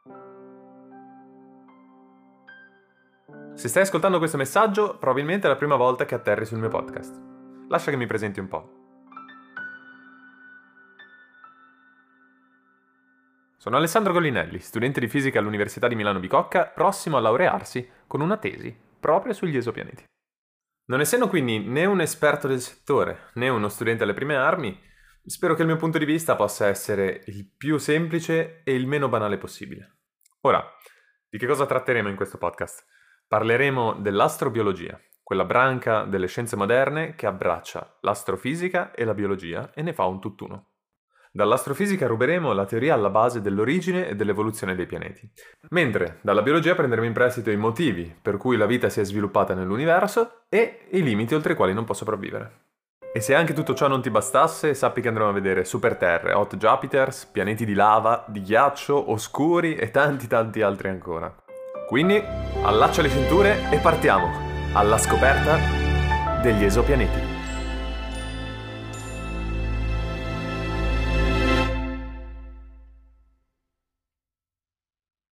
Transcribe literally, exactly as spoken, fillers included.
Se stai ascoltando questo messaggio, probabilmente è la prima volta che atterri sul mio podcast. Lascia che mi presenti un po'. Sono Alessandro Gollinelli, studente di fisica all'Università di Milano Bicocca, prossimo a laurearsi con una tesi proprio sugli esopianeti. Non essendo quindi né un esperto del settore, né uno studente alle prime armi, spero che il mio punto di vista possa essere il più semplice e il meno banale possibile. Ora, di che cosa tratteremo in questo podcast? Parleremo dell'astrobiologia, quella branca delle scienze moderne che abbraccia l'astrofisica e la biologia e ne fa un tutt'uno. Dall'astrofisica ruberemo la teoria alla base dell'origine e dell'evoluzione dei pianeti, mentre dalla biologia prenderemo in prestito i motivi per cui la vita si è sviluppata nell'universo e i limiti oltre i quali non può sopravvivere. E se anche tutto ciò non ti bastasse, sappi che andremo a vedere superterre, hot Jupiters, pianeti di lava, di ghiaccio, oscuri e tanti tanti altri ancora. Quindi, allaccia le cinture e partiamo alla scoperta degli esopianeti.